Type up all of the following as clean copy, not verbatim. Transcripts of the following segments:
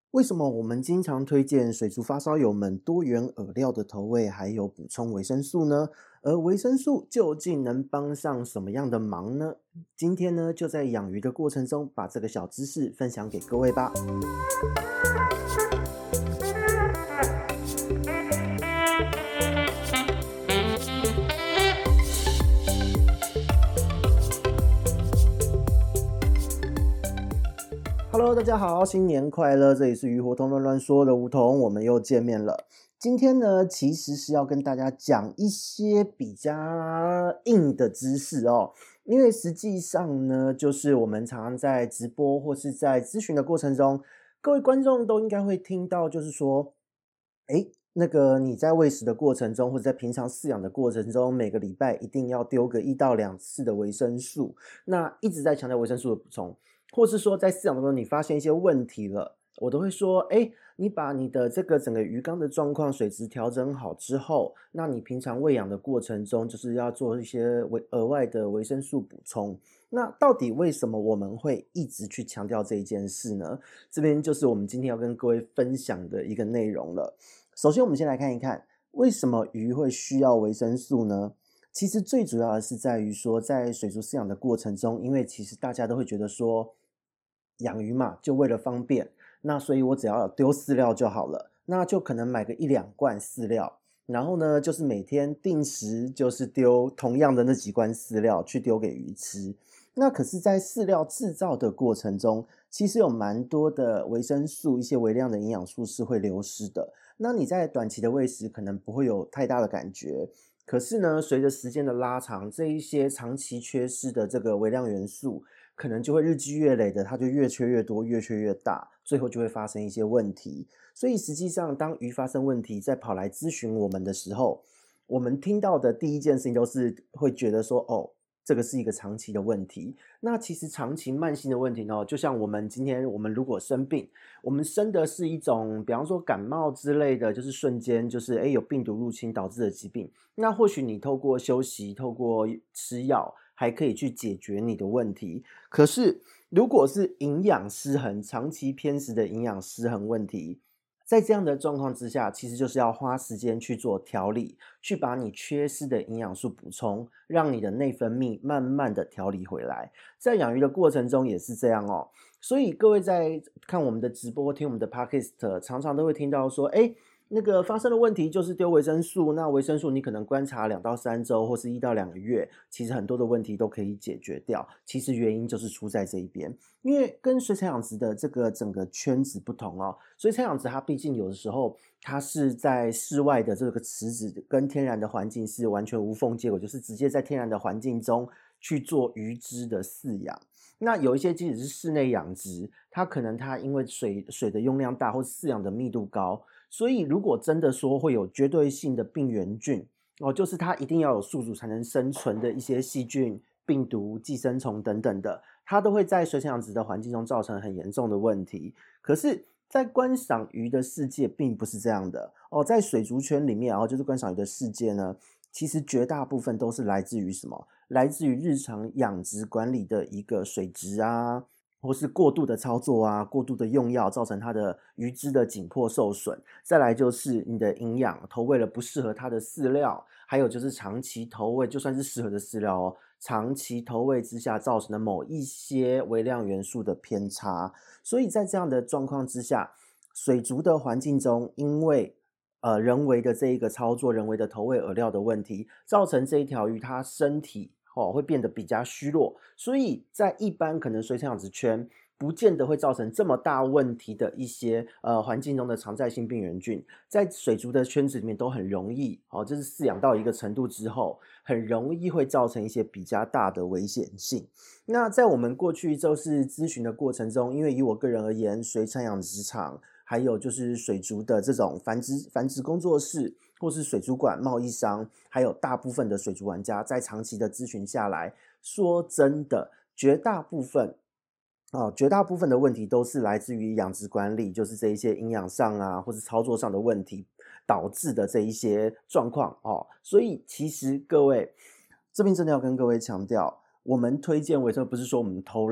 为什么我们经常推荐水族发烧友们多元饵料的投喂，还有补充维生素呢？而维生素究竟能帮上什么样的忙呢？今天呢，就在养鱼的过程中，把这个小知识分享给各位吧。Hello，大家好，新年快乐！这里是鱼活通乱乱说的梧桐，我们又见面了。今天呢，其实是要跟大家讲一些比较硬的知识哦，因为实际上呢，就是我们常常在直播或是在咨询的过程中，各位观众都应该会听到，就是说，那个你在喂食的过程中，或者在平常饲养的过程中，每个礼拜一定要丢个1到2次的维生素，那一直在强调维生素的补充。或是说在饲养的时候你发现一些问题了，我都会说，你把你的这个整个鱼缸的状况、水质调整好之后，那你平常喂养的过程中，就是要做一些额外的维生素补充。那到底为什么我们会一直去强调这一件事呢？这边就是我们今天要跟各位分享的一个内容了。首先，我们先来看一看，为什么鱼会需要维生素呢？其实最主要的是在于说，在水族饲养的过程中，因为其实大家都会觉得说，养鱼嘛，就为了方便，那所以我只要丢饲料就好了，那就可能买个1-2罐饲料，然后呢，就是每天定时就是丢同样的那几罐饲料去丢给鱼吃。那可是，在饲料制造的过程中，其实有蛮多的维生素、一些微量的营养素是会流失的。那你在短期的喂食可能不会有太大的感觉，可是呢，随着时间的拉长，这一些长期缺失的这个微量元素，可能就会日积月累的，它就越缺越多，越缺越大，最后就会发生一些问题。所以实际上，当鱼发生问题，再跑来咨询我们的时候，我们听到的第一件事情都是会觉得说，这个是一个长期的问题。那其实长期慢性的问题呢，就像今天我们如果生病，我们生的是一种，比方说感冒之类的，就是瞬间就是有病毒入侵导致的疾病。那或许你透过休息，透过吃药，还可以去解决你的问题。可是如果是营养失衡，长期偏食的营养失衡问题，在这样的状况之下，其实就是要花时间去做调理，去把你缺失的营养素补充，让你的内分泌慢慢的调理回来。在养鱼的过程中也是这样哦。所以各位在看我们的直播、听我们的 podcast， 常常都会听到说，那个发生的问题就是丢维生素，那维生素你可能观察2到3周或是1到2个月，其实很多的问题都可以解决掉。其实原因就是出在这一边，因为跟水产养殖的这个整个圈子不同哦，水产养殖它毕竟有的时候它是在室外的这个池子跟天然的环境是完全无缝接轨，就是直接在天然的环境中去做鱼只的饲养。那有一些即使是室内养殖，它可能因为水的用量大或饲养的密度高，所以如果真的说会有绝对性的病原菌就是它一定要有宿主才能生存的一些细菌、病毒、寄生虫等等的，它都会在水产养殖的环境中造成很严重的问题。可是在观赏鱼的世界并不是这样的在水族圈里面就是观赏鱼的世界呢，其实绝大部分都是来自于什么？来自于日常养殖管理的一个水质啊，或是过度的操作啊，过度的用药造成它的鱼只的紧迫受损。再来就是你的营养投喂了不适合它的饲料，还有就是长期投喂，就算是适合的饲料长期投喂之下造成的某一些微量元素的偏差。所以在这样的状况之下，水族的环境中，因为人为的这一个操作，人为的投喂饵料的问题，造成这一条鱼它身体会变得比较虚弱，所以在一般可能水产养殖圈不见得会造成这么大问题的一些环境中的常在性病原菌，在水族的圈子里面都很容易就是饲养到一个程度之后，很容易会造成一些比较大的危险性。那在我们过去就是咨询的过程中，因为以我个人而言，水产养殖场还有就是水族的这种繁殖工作室，或是水族馆贸易商，还有大部分的水族玩家，在长期的咨询下来，说真的，绝大部分的问题都是来自于养殖管理，就是这一些营养上啊，或是操作上的问题导致的这一些状况所以其实各位这边真的要跟各位强调，我们推荐维生素不是说我们偷懒，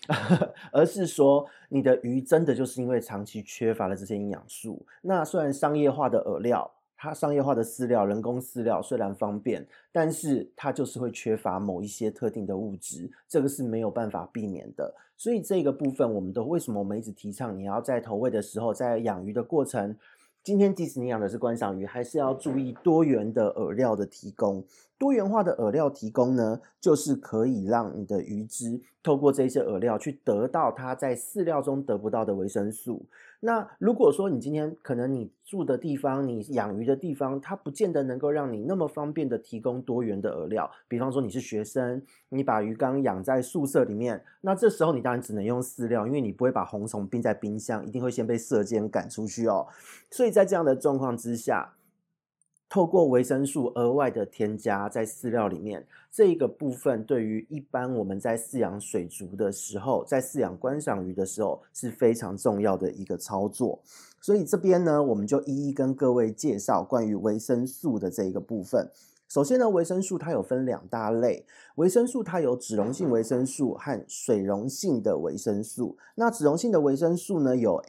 而是说你的鱼真的就是因为长期缺乏了这些营养素。那虽然商业化的饵料，它商业化的饲料、人工饲料虽然方便，但是它就是会缺乏某一些特定的物质，这个是没有办法避免的。所以这个部分，为什么我们一直提倡你要在投喂的时候，在养鱼的过程，今天即使你养的是观赏鱼，还是要注意多元的饵料的提供。多元化的饵料提供呢，就是可以让你的鱼只透过这些饵料去得到它在饲料中得不到的维生素。那如果说你今天可能你住的地方，你养鱼的地方，它不见得能够让你那么方便的提供多元的饵料。比方说你是学生，你把鱼缸养在宿舍里面，那这时候你当然只能用饲料，因为你不会把红虫冰在冰箱，一定会先被舍监赶出去哦。所以在这样的状况之下，透过维生素额外的添加在饲料里面，这一个部分对于一般我们在饲养水族的时候，在饲养观赏鱼的时候是非常重要的一个操作。所以这边呢，我们就一一跟各位介绍关于维生素的这一个部分。首先呢，维生素它有分两大类，维生素它有脂溶性维生素和水溶性的维生素。那脂溶性的维生素呢有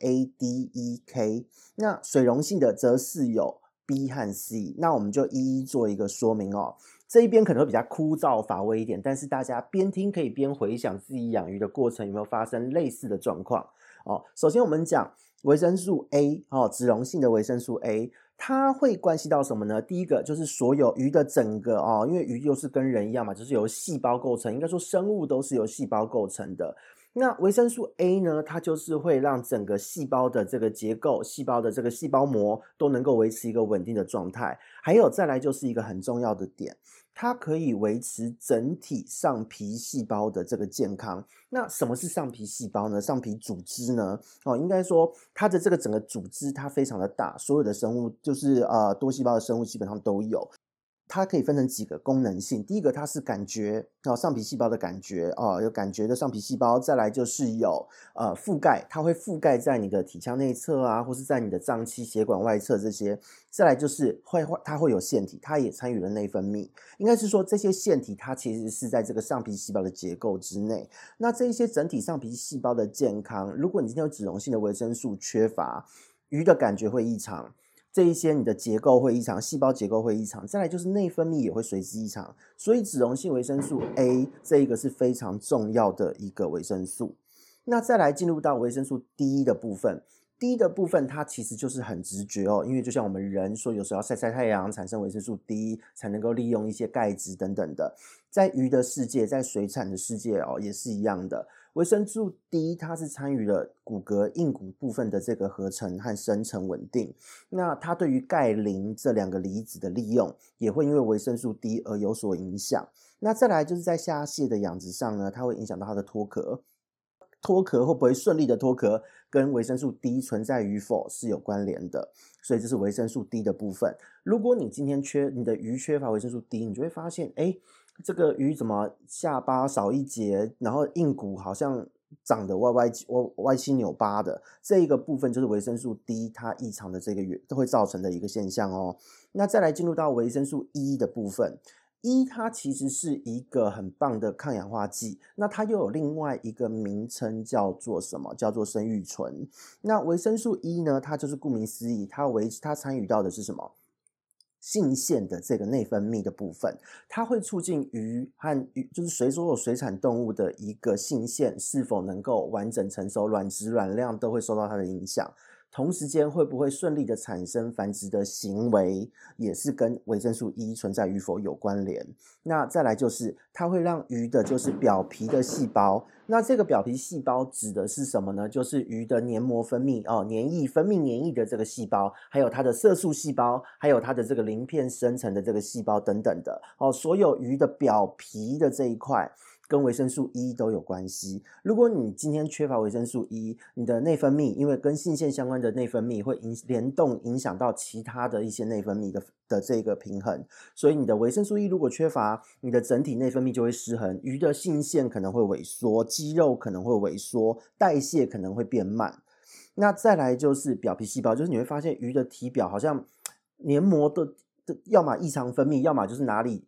A、D、E、K， 那水溶性的则是有B 和 C， 那我们就一一做一个说明哦。这一边可能会比较枯燥乏味一点，但是大家边听可以边回想自己养鱼的过程有没有发生类似的状况哦。首先我们讲维生素 A 哦，脂溶性的维生素 A， 它会关系到什么呢？第一个就是所有鱼的整个哦，因为鱼又是跟人一样嘛，就是由细胞构成，应该说生物都是由细胞构成的。那维生素 A 呢，它就是会让整个细胞的这个结构、细胞的这个细胞膜都能够维持一个稳定的状态。还有再来就是一个很重要的点，它可以维持整体上皮细胞的这个健康。那什么是上皮细胞呢？上皮组织呢？应该说它的这个整个组织它非常的大，所有的生物就是多细胞的生物基本上都有。它可以分成几个功能性，第一个它是感觉上皮细胞的感觉有感觉的上皮细胞，再来就是有覆盖，它会覆盖在你的体腔内侧啊，或是在你的脏器、血管外侧这些，再来就是它会有腺体，它也参与了内分泌，应该是说这些腺体它其实是在这个上皮细胞的结构之内。那这一些整体上皮细胞的健康，如果你今天有脂溶性的维生素缺乏，鱼的感觉会异常。这一些你的结构会异常，细胞结构会异常，再来就是内分泌也会随之异常，所以脂溶性维生素 A 这一个是非常重要的一个维生素。那再来进入到维生素 D 的部分，D 的部分它其实就是很直觉哦，因为就像我们人说有时候要晒晒太阳产生维生素 D 才能够利用一些钙质等等的，在鱼的世界，在水产的世界也是一样的。维生素 D 它是参与了骨骼硬骨部分的这个合成和生成稳定，那它对于钙磷这两个离子的利用也会因为维生素 D 而有所影响。那再来就是在虾蟹的养殖上呢，它会影响到它的脱壳，脱壳会不会顺利的脱壳跟维生素 D 存在与否是有关联的，所以这是维生素 D 的部分。如果你今天你的鱼缺乏维生素 D， 你就会发现这个鱼怎么下巴少一节，然后硬骨好像长得歪七扭八的，这一个部分就是维生素 D 它异常的这个都会造成的一个现象哦。那再来进入到维生素 E 的部分，E 它其实是一个很棒的抗氧化剂，那它又有另外一个名称叫做什么？叫做生育醇。那维生素 E 呢，它就是顾名思义，它参与到的是什么？性腺的这个内分泌的部分，它会促进就是所有水产动物的一个性腺是否能够完整成熟，卵质卵量都会受到它的影响。同时间会不会顺利的产生繁殖的行为，也是跟维生素 E 存在与否有关联。那再来就是它会让鱼的就是表皮的细胞，那这个表皮细胞指的是什么呢？就是鱼的黏膜分泌分泌黏液的这个细胞，还有它的色素细胞，还有它的这个鳞片生成的这个细胞等等的所有鱼的表皮的这一块跟维生素 E 都有关系。如果你今天缺乏维生素 E， 你的内分泌因为跟性腺相关的内分泌会联动影响到其他的一些内分泌的这个平衡，所以你的维生素 E 如果缺乏，你的整体内分泌就会失衡，鱼的性腺可能会萎缩，肌肉可能会萎缩，代谢可能会变慢。那再来就是表皮细胞，就是你会发现鱼的体表好像黏膜的要么异常分泌，要么就是哪里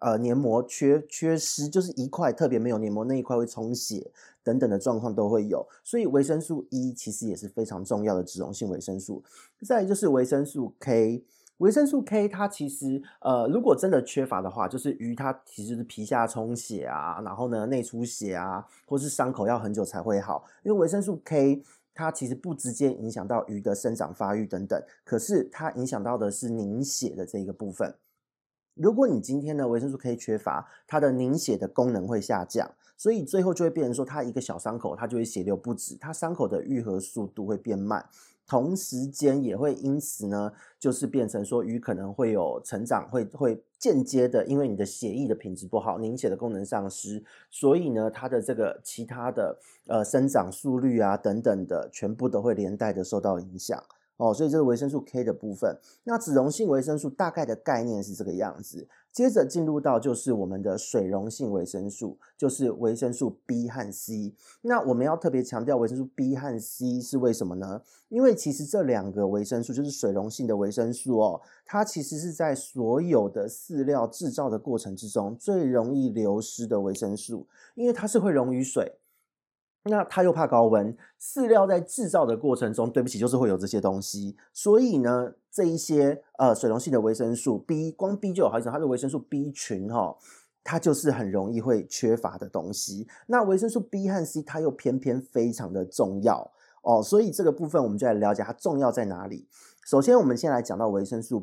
黏膜缺失，就是一块特别没有黏膜，那一块会充血等等的状况都会有。所以维生素 E 其实也是非常重要的脂溶性维生素。再来就是维生素 K。维生素 K 它其实如果真的缺乏的话，就是鱼它其实是皮下充血啊，然后呢内出血啊，或是伤口要很久才会好。因为维生素 K 它其实不直接影响到鱼的生长发育等等，可是它影响到的是凝血的这一个部分。如果你今天呢维生素 K 缺乏，它的凝血的功能会下降，所以最后就会变成说，它一个小伤口它就会血流不止，它伤口的愈合速度会变慢，同时间也会因此呢，就是变成说鱼可能会有成长，会间接的，因为你的血液的品质不好，凝血的功能丧失，所以呢，它的这个其他的生长速率啊等等的，全部都会连带的受到影响。所以这是维生素 K 的部分。那脂溶性维生素大概的概念是这个样子。接着进入到就是我们的水溶性维生素，就是维生素 B 和 C。那我们要特别强调维生素 B 和 C 是为什么呢？因为其实这两个维生素就是水溶性的维生素它其实是在所有的饲料制造的过程之中最容易流失的维生素，因为它是会溶于水。那它又怕高温，饲料在制造的过程中，对不起，就是会有这些东西。所以呢，这一些水溶性的维生素 B， 光 B 就有好几种，它的维生素 B 群它就是很容易会缺乏的东西。那维生素 B 和 C 它又偏偏非常的重要所以这个部分我们就来了解它重要在哪里。首先我们先来讲到维生素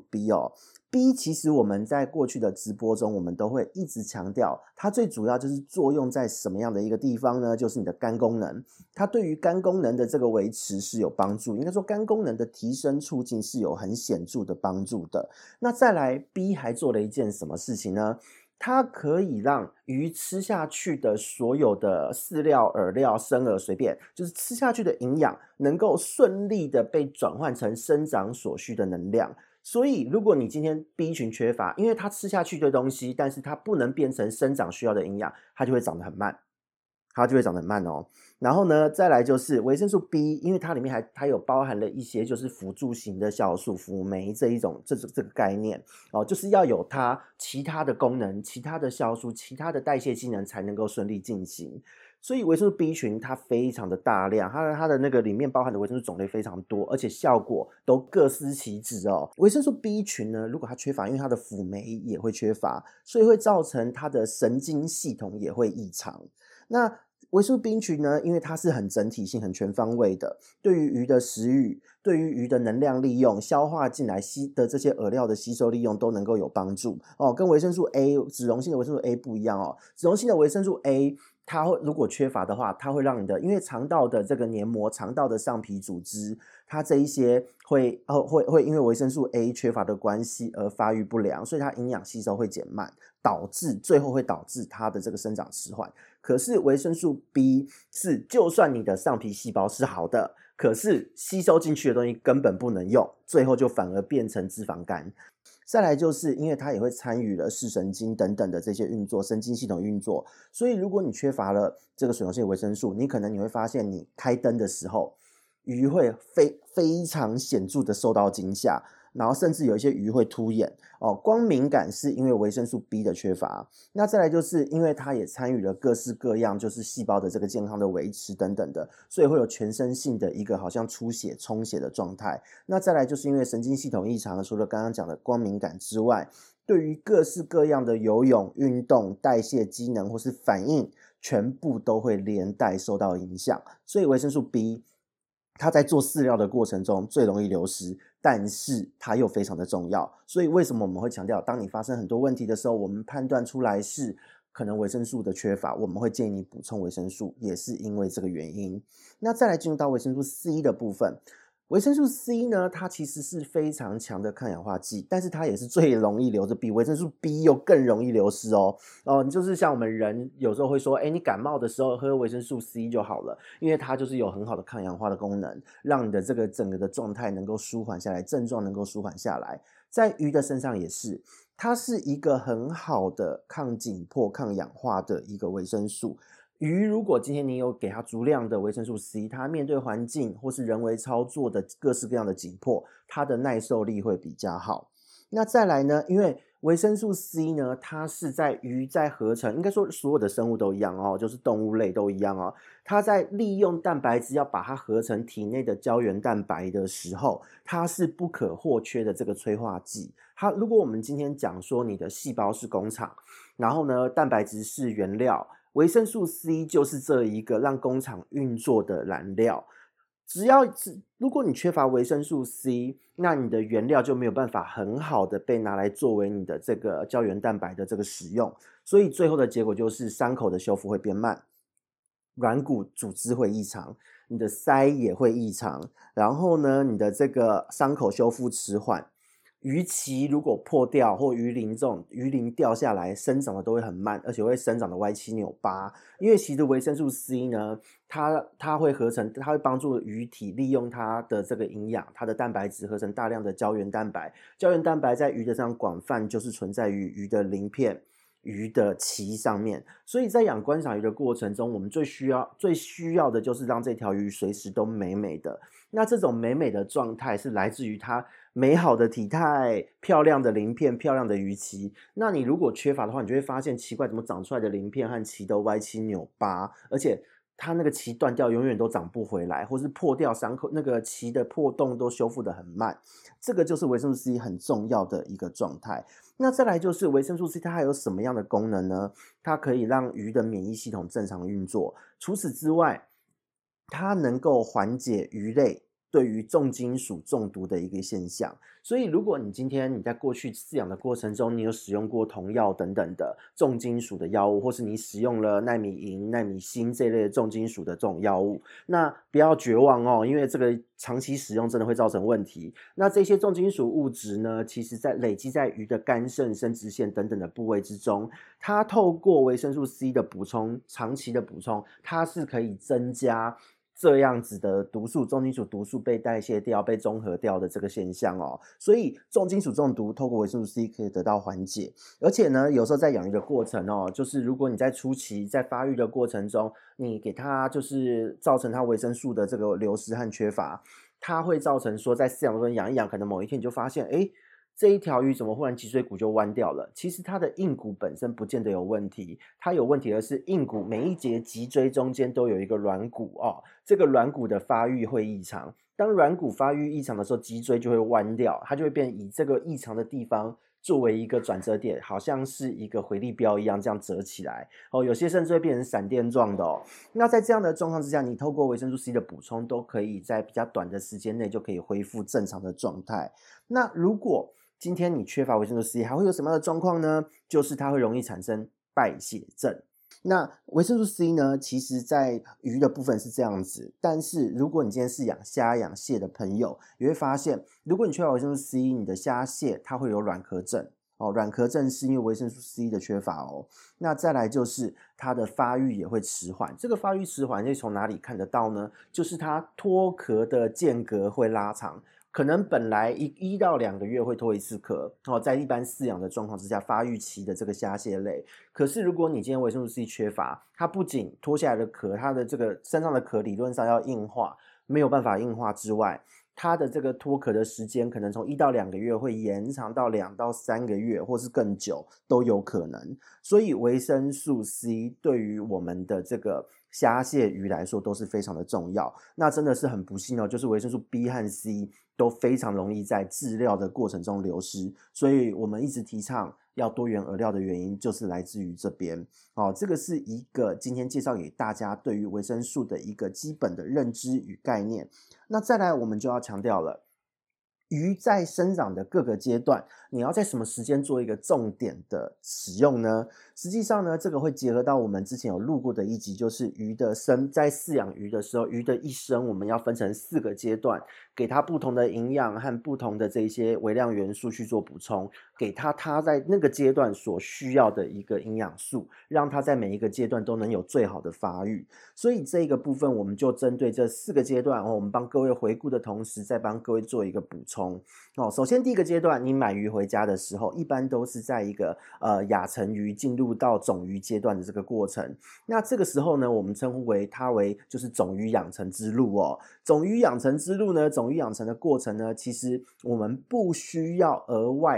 B。B 其实我们在过去的直播中，我们都会一直强调，它最主要就是作用在什么样的一个地方呢？就是你的肝功能，它对于肝功能的这个维持是有帮助，应该说肝功能的提升促进是有很显著的帮助的。那再来 B 还做了一件什么事情呢？它可以让鱼吃下去的所有的饲料、饵料、生饵随便，就是吃下去的营养能够顺利的被转换成生长所需的能量。所以如果你今天 B 群缺乏，因为它吃下去的东西，但是它不能变成生长需要的营养，它就会长得很慢。然后呢，再来就是维生素 B， 因为它里面它有包含了一些就是辅助型的酵素、辅酶这个概念就是要有它其他的功能、其他的酵素、其他的代谢机能才能够顺利进行。所以维生素 B 群它非常的大量，它的那个里面包含的维生素种类非常多，而且效果都各司其职维生素 B 群呢，如果它缺乏，因为它的辅酶也会缺乏，所以会造成它的神经系统也会异常。那维生素 B 群呢，因为它是很整体性、很全方位的，对于鱼的食欲、对于鱼的能量利用、消化进来的这些饵料的吸收利用都能够有帮助跟维生素 A 脂溶性的维生素 A 不一样脂溶性的维生素 A它如果缺乏的话，它会让你的因为肠道的这个黏膜、肠道的上皮组织，它这一些会因为维生素 A 缺乏的关系而发育不良，所以它营养吸收会减慢，最后会导致它的这个生长迟缓。可是维生素 B 是就算你的上皮细胞是好的，可是吸收进去的东西根本不能用，最后就反而变成脂肪肝。再来就是因为它也会参与了视神经等等的这些运作，神经系统运作，所以如果你缺乏了这个水溶性维生素，你会发现你开灯的时候，鱼会非常显著的受到惊吓，然后甚至有一些鱼会凸眼光敏感是因为维生素 B 的缺乏。那再来就是因为它也参与了各式各样就是细胞的这个健康的维持等等的，所以会有全身性的一个好像出血充血的状态。那再来就是因为神经系统异常，除了刚刚讲的光敏感之外，对于各式各样的游泳、运动、代谢机能或是反应，全部都会连带受到影响。所以维生素 B它在做饲料的过程中最容易流失，但是它又非常的重要。所以为什么我们会强调，当你发生很多问题的时候，我们判断出来是可能维生素的缺乏，我们会建议你补充维生素，也是因为这个原因。那再来进入到维生素 C 的部分。维生素 C 呢，它其实是非常强的抗氧化剂，但是它也是最容易流失，比维生素 B 又更容易流失就是像我们人有时候会说，你感冒的时候喝维生素 C 就好了，因为它就是有很好的抗氧化的功能，让你的这个整个的状态能够舒缓下来，症状能够舒缓下来。在鱼的身上也是，它是一个很好的抗紧迫、抗氧化的一个维生素。鱼如果今天你有给它足量的维生素 C， 它面对环境或是人为操作的各式各样的紧迫，它的耐受力会比较好。那再来呢，因为维生素 C 呢，它是在鱼在合成，应该说所有的生物都一样哦，就是动物类都一样哦。它在利用蛋白质要把它合成体内的胶原蛋白的时候，它是不可或缺的这个催化剂。如果我们今天讲说你的细胞是工厂，然后呢，蛋白质是原料，维生素 C 就是这一个让工厂运作的燃料。如果你缺乏维生素 C， 那你的原料就没有办法很好的被拿来作为你的这个胶原蛋白的这个使用，所以最后的结果就是伤口的修复会变慢，软骨组织会异常，你的鳃也会异常，然后呢，你的这个伤口修复迟缓。鱼鳍如果破掉或鱼鳞掉下来，生长的都会很慢，而且会生长的歪七扭八。因为其实维生素 C 呢，它会帮助鱼体利用它的这个营养，它的蛋白质合成大量的胶原蛋白。胶原蛋白在鱼的上广泛就是存在于鱼的鳞片、鱼的鳍上面，所以在养观赏鱼的过程中，我们最需要的就是让这条鱼随时都美美的。那这种美美的状态是来自于它美好的体态、漂亮的鳞片、漂亮的鱼鳍。那你如果缺乏的话，你就会发现奇怪，怎么长出来的鳞片和鳍都歪七扭八，而且它那个鳍断掉，永远都长不回来，或是破掉伤口，那个鳍的破洞都修复得很慢。这个就是维生素 C 很重要的一个状态。那再来就是维生素 C 它还有什么样的功能呢？它可以让鱼的免疫系统正常运作。除此之外，它能够缓解鱼类对于重金属中毒的一个现象。所以如果你今天你在过去饲养的过程中，你有使用过铜药等等的重金属的药物，或是你使用了奈米银、奈米锌这类的重金属的这种药物，那不要绝望哦，因为这个长期使用真的会造成问题。那这些重金属物质呢，其实在累积在鱼的肝肾、生殖腺等等的部位之中，它透过维生素 C 的补充，长期的补充，它是可以增加这样子的毒素，重金属毒素被代谢掉、被中和掉的这个现象哦。所以重金属中毒透过维生素 C 可以得到缓解。而且呢，有时候在养鱼的过程哦，就是如果你在初期在发育的过程中，你给它就是造成它维生素的这个流失和缺乏，它会造成说在饲养中养一养，可能某一天你就发现，诶，这一条鱼怎么忽然脊椎骨就弯掉了？其实它的硬骨本身不见得有问题，它有问题的是硬骨每一节脊椎中间都有一个软骨哦，这个软骨的发育会异常。当软骨发育异常的时候，脊椎就会弯掉，它就会变以这个异常的地方作为一个转折点，好像是一个回力镖一样这样折起来哦，有些甚至会变成闪电状的哦。那在这样的状况之下，你透过维生素 C 的补充，都可以在比较短的时间内就可以恢复正常的状态。那如果今天你缺乏维生素 C， 还会有什么样的状况呢？就是它会容易产生败血症。那维生素 C 呢，其实在鱼的部分是这样子，但是如果你今天是养虾养蟹的朋友，你会发现，如果你缺乏维生素 C， 你的虾蟹它会有软壳症哦，软壳症是因为维生素 C 的缺乏哦。那再来就是它的发育也会迟缓，这个发育迟缓是从哪里看得到呢？就是它脱壳的间隔会拉长。可能本来1到2个月会脱一次壳哦，在一般饲养的状况之下，发育期的这个虾蟹类，可是如果你今天维生素 C 缺乏，它不仅脱下来的壳，它的这个身上的壳理论上要硬化，没有办法硬化之外，它的这个脱壳的时间可能从1到2个月会延长到2到3个月，或是更久都有可能。所以维生素 C 对于我们的这个虾蟹鱼来说都是非常的重要。那真的是很不幸哦，就是维生素 B 和 C 都非常容易在治疗的过程中流失，所以我们一直提倡要多元饵料的原因就是来自于这边哦。这个是一个今天介绍给大家对于维生素的一个基本的认知与概念。那再来我们就要强调了，鱼在生长的各个阶段，你要在什么时间做一个重点的使用呢？实际上呢，这个会结合到我们之前有录过的一集，就是在饲养鱼的时候，鱼的一生我们要分成4个阶段，给它不同的营养和不同的这些微量元素去做补充，给它在那个阶段所需要的一个营养素，让它在每一个阶段都能有最好的发育。所以这个部分我们就针对这4个阶段，我们帮各位回顾的同时，再帮各位做一个补充。首先第一个阶段，你买鱼回家的时候，一般都是在一个亚成鱼进入到种鱼阶段的这个过程。那这个时候呢，我们称呼它为就是种鱼养成之路哦。种鱼养成之路呢，种鱼养成的过程呢，其实我们不需要额外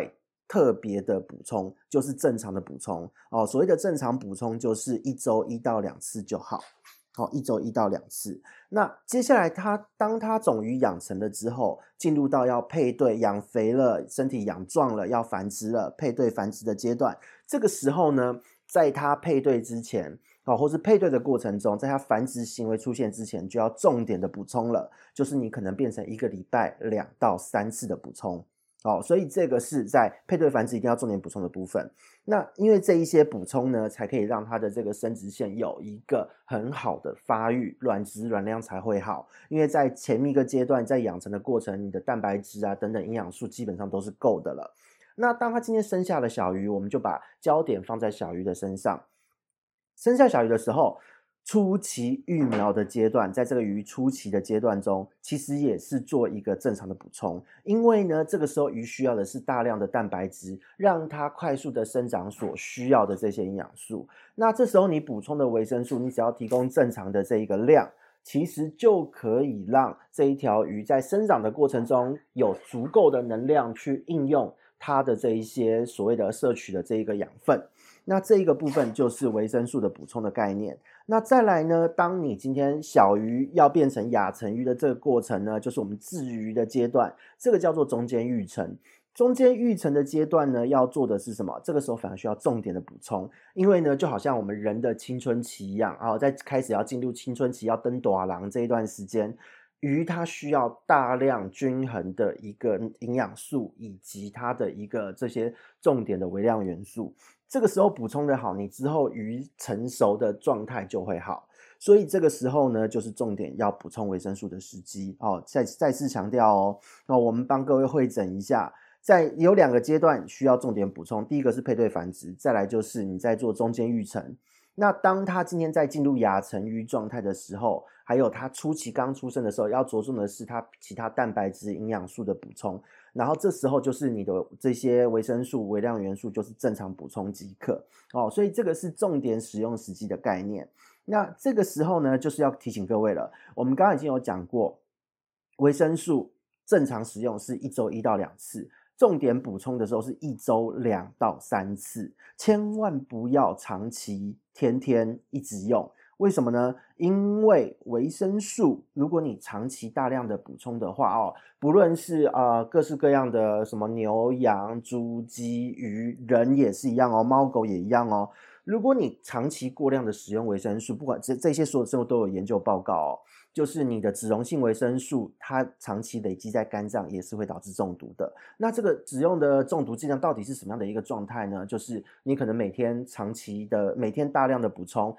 特别的补充，就是正常的补充哦。所谓的正常补充就是1周1到2次就好。好，1周1到2次。那接下来当它种鱼养成了之后，进入到要配对、养肥了、身体养壮了、要繁殖了，配对繁殖的阶段。这个时候呢，在它配对之前，或是配对的过程中，在它繁殖行为出现之前，就要重点的补充了，就是你可能变成1个礼拜2到3次的补充。所以这个是在配对繁殖一定要重点补充的部分。那因为这一些补充呢，才可以让它的这个生殖腺有一个很好的发育，卵质卵量才会好。因为在前面一个阶段，在养成的过程，你的蛋白质啊等等营养素基本上都是够的了。那当它今天生下了小鱼，我们就把焦点放在小鱼的身上。生下小鱼的时候，初期育苗的阶段，在这个鱼初期的阶段中，其实也是做一个正常的补充。因为呢，这个时候鱼需要的是大量的蛋白质，让它快速的生长所需要的这些营养素。那这时候你补充的维生素，你只要提供正常的这一个量，其实就可以让这一条鱼在生长的过程中有足够的能量去应用它的这一些所谓的摄取的这一个养分。那这一个部分就是维生素的补充的概念。那再来呢，当你今天小鱼要变成亚成鱼的这个过程呢，就是我们稚鱼的阶段，这个叫做中间育成。中间育成的阶段呢，要做的是什么？这个时候反而需要重点的补充，因为呢，就好像我们人的青春期一样在开始要进入青春期要登大人这一段时间，鱼它需要大量均衡的一个营养素，以及它的一个这些重点的微量元素。这个时候补充的好，你之后鱼成熟的状态就会好。所以这个时候呢，就是重点要补充维生素的时机再次强调我们帮各位汇整一下，有2个阶段需要重点补充。第一个是配对繁殖，再来就是你在做中间育成。那当它今天在进入亚成鱼状态的时候，还有它初期刚出生的时候，要着重的是它其他蛋白质营养素的补充。然后这时候就是你的这些维生素、微量元素就是正常补充即可所以这个是重点使用时机的概念。那这个时候呢，就是要提醒各位了，我们刚刚已经有讲过，维生素正常使用是1周1到2次，重点补充的时候是1周2到3次，千万不要长期天天一直用。为什么呢？因为维生素，如果你长期大量的补充的话不论是各式各样的什么牛羊猪鸡鱼人也是一样猫狗也一样如果你长期过量的使用维生素，不管这些所有生物都有研究报告就是你的脂溶性维生素它长期累积在肝脏也是会导致中毒的。那这个使用的中毒剂量到底是什么样的一个状态呢？就是你可能每天大量的补充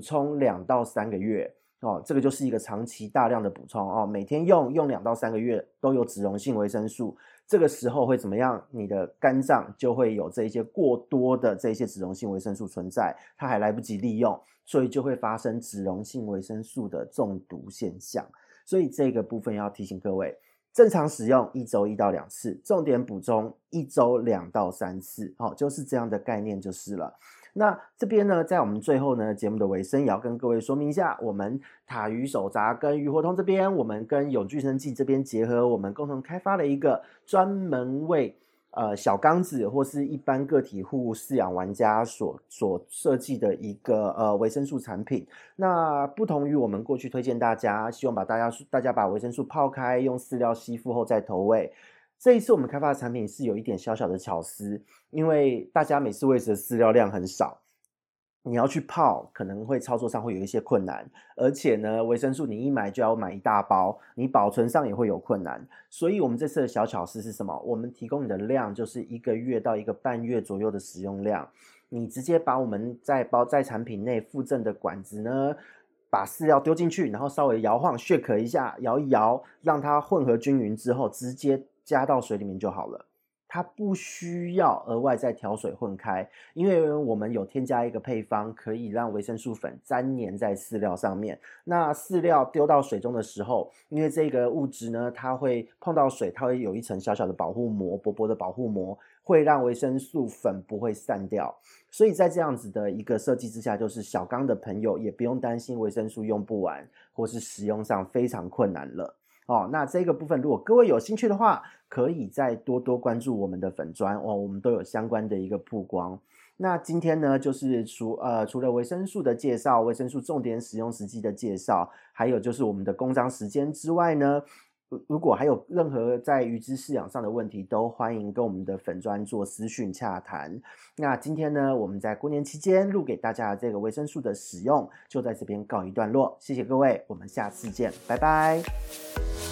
2到3个月这个就是一个长期大量的补充每天用2到3个月都有脂溶性维生素。这个时候会怎么样？你的肝脏就会有这些过多的这些脂溶性维生素存在，它还来不及利用，所以就会发生脂溶性维生素的中毒现象。所以这个部分要提醒各位，正常使用1周1到2次，重点补充1周2到3次就是这样的概念就是了。那这边呢，在我们最后呢节目的尾声，也要跟各位说明一下，我们塔鱼手札跟鱼活通这边，我们跟永续生技这边结合，我们共同开发了一个专门为小缸子或是一般个体户饲养玩家所设计的一个维生素产品。那不同于我们过去推荐大家，希望大家把维生素泡开，用饲料吸附后再投喂。这一次我们开发的产品是有一点小小的巧思，因为大家每次喂食的饲料量很少，你要去泡可能会操作上会有一些困难，而且呢维生素你一买就要买一大包，你保存上也会有困难。所以我们这次的小巧思是什么？我们提供你的量就是1个月到1个半月左右的使用量，你直接把我们在产品内附赠的管子呢，把饲料丢进去，然后稍微摇晃shake一下，摇一摇，让它混合均匀之后，直接加到水里面就好了。它不需要额外再调水混开，因为我们有添加一个配方，可以让维生素粉粘黏在饲料上面。那饲料丢到水中的时候，因为这个物质呢，它会碰到水，它会有一层小小的保护膜，薄薄的保护膜，会让维生素粉不会散掉。所以在这样子的一个设计之下，就是小缸的朋友也不用担心维生素用不完，或是使用上非常困难了。 那这个部分如果各位有兴趣的话，可以再多多关注我们的粉专我们都有相关的一个曝光。那今天呢，就是除了维生素的介绍，维生素重点使用时机的介绍，还有就是我们的工商时间之外呢，如果还有任何在鱼只饲养上的问题，都欢迎跟我们的粉专做私讯洽谈。那今天呢，我们在过年期间录给大家的这个维生素的使用，就在这边告一段落。谢谢各位，我们下次见，拜拜。